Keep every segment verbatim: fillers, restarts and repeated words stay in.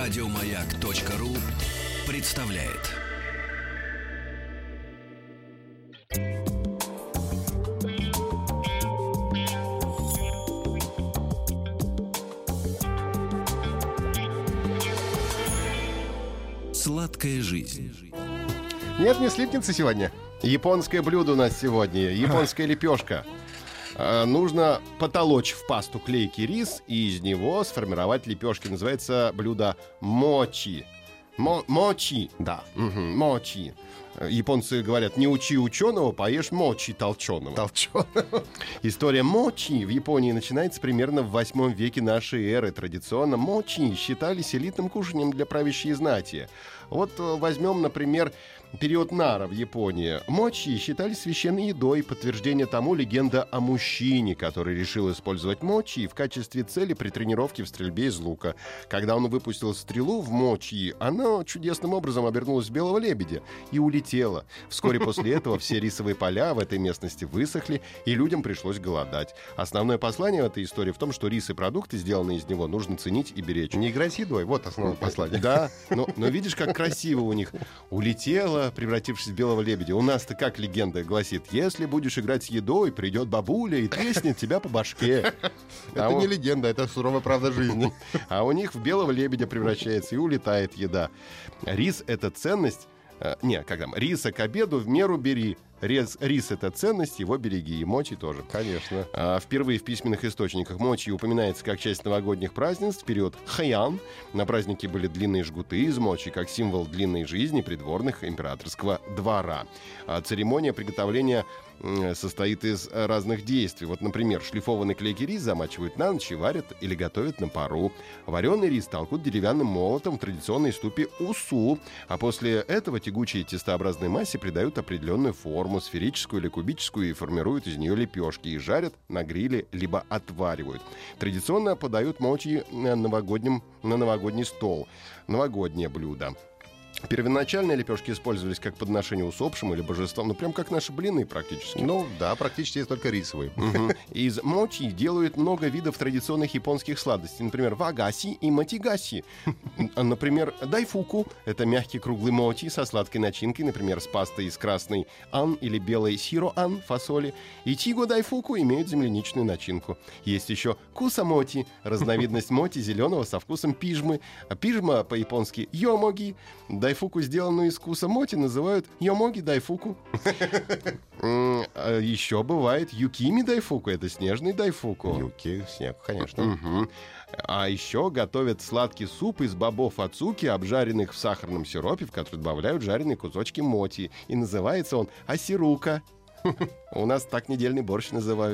Радиомаяк.ру представляет. Сладкая жизнь. Нет, не слипнется сегодня. Японское блюдо у нас сегодня. Японская лепешка. А, нужно потолочь в пасту клейкий рис и из него сформировать лепешки. Называется блюдо мочи. Мо- мочи, да, угу, мочи. Японцы говорят: не учи ученого, поешь мочи толченого. Толченого. История мочи в Японии начинается примерно в восьмом веке нашей эры. Традиционно мочи считались элитным кушанием для правящей знати. Вот возьмем, например, период Нара в Японии. Мочи считались священной едой. Подтверждение тому — легенда о мужчине, который решил использовать мочи в качестве цели при тренировке в стрельбе из лука. Когда он выпустил стрелу в мочи, она чудесным образом обернулась в белого лебедя и улетела. Вскоре после этого все рисовые поля в этой местности высохли, и людям пришлось голодать. Основное послание в этой истории в том, что рис и продукты, сделанные из него, нужно ценить и беречь. Не играй с едой, вот основное послание. Да, но, но видишь, как красиво у них. Улетела, превратившись в белого лебедя. У нас-то как легенда гласит: если будешь играть с едой, придет бабуля и треснет тебя по башке. Это не легенда, это суровая правда жизни. А у них в белого лебедя превращается и улетает еда. Рис — это ценность. Не, как там? Риса к обеду в меру бери. Рис, рис — это ценность, его береги. И мочи тоже. Конечно. А, впервые в письменных источниках мочи упоминается как часть новогодних празднеств в период Хэйан. На празднике были длинные жгуты из мочи, как символ длинной жизни придворных императорского двора. А церемония приготовления состоит из разных действий. Вот, например, шлифованный клейкий рис замачивают на ночь и варят или готовят на пару. Вареный рис толкут деревянным молотом в традиционной ступе усу. А после этого тягучей тестообразной массе придают определенную форму, сферическую или кубическую, и формируют из нее лепешки и жарят на гриле, либо отваривают. Традиционно подают мочи на, новогоднем, на новогодний стол. Новогоднее блюдо. Первоначально лепешки использовались как подношение усопшим или божествам, ну прям как наши блины практически. Ну да, практически есть только рисовые. Угу. Из мочи делают много видов традиционных японских сладостей. Например, вагаси и матигаси. Например, дайфуку — это мягкий круглый мочи со сладкой начинкой, например, с пастой из красной ан или белой сиро-ан фасоли. И тиго дайфуку имеют земляничную начинку. Есть еще кусамоти, разновидность моти зеленого со вкусом пижмы. Пижма по-японски йомоги. Дайфуку, сделанную из кусамоти, называют йомоги дайфуку. Еще бывает юкими дайфуку. Это снежный дайфуку. Юки, снег, конечно. Угу. А еще готовят сладкий суп из бобов ацуки, обжаренных в сахарном сиропе, в который добавляют жареные кусочки моти. И называется он асирука. У нас так недельный борщ называют.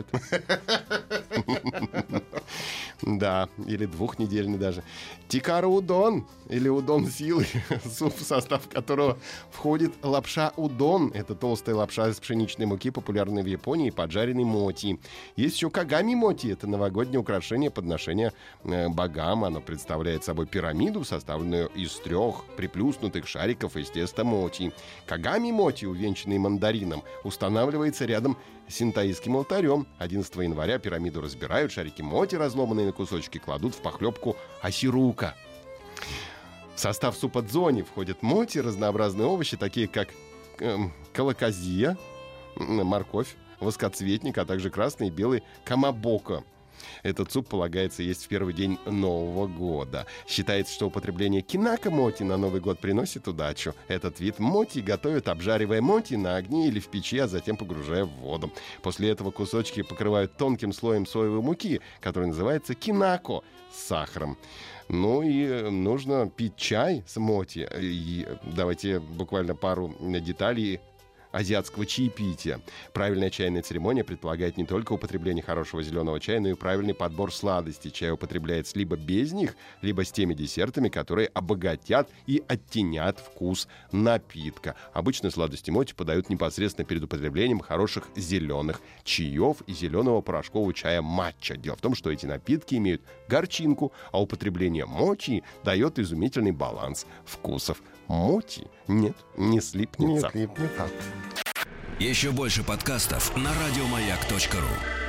Да, или двухнедельный даже. Тикара удон, или удон силы, суп, в состав которого входит лапша удон. Это толстая лапша из пшеничной муки, популярная в Японии, поджаренный моти. Есть еще кагами моти. Это новогоднее украшение подношения э, богам. Оно представляет собой пирамиду, составленную из трех приплюснутых шариков из теста моти. Кагами моти, увенчанный мандарином, устанавливается рядом с синтоистским алтарем. одиннадцатого января пирамиду разбирают, шарики моти, разломанные на кусочки, кладут в похлебку асирука. В состав супа дзони входят моти, разнообразные овощи, такие как эм, колоказия, морковь, воскоцветник, а также красный и белый камабоко. Этот суп полагается есть в первый день Нового года. Считается, что употребление кинака моти на Новый год приносит удачу. Этот вид моти готовят, обжаривая моти на огне или в печи, а затем погружая в воду. После этого кусочки покрывают тонким слоем соевой муки, который называется кинако, с сахаром. Ну и нужно пить чай с моти. И давайте буквально пару деталей азиатского чаепития. Правильная чайная церемония предполагает не только употребление хорошего зеленого чая, но и правильный подбор сладостей. Чай употребляется либо без них, либо с теми десертами, которые обогатят и оттенят вкус напитка. Обычно сладости моти подают непосредственно перед употреблением хороших зеленых чаев и зеленого порошкового чая матча. Дело в том, что эти напитки имеют горчинку, а употребление мочи дает изумительный баланс вкусов. Моти нет, не слипнется. Не слипнется. Еще больше подкастов на радиомаяк точка ру.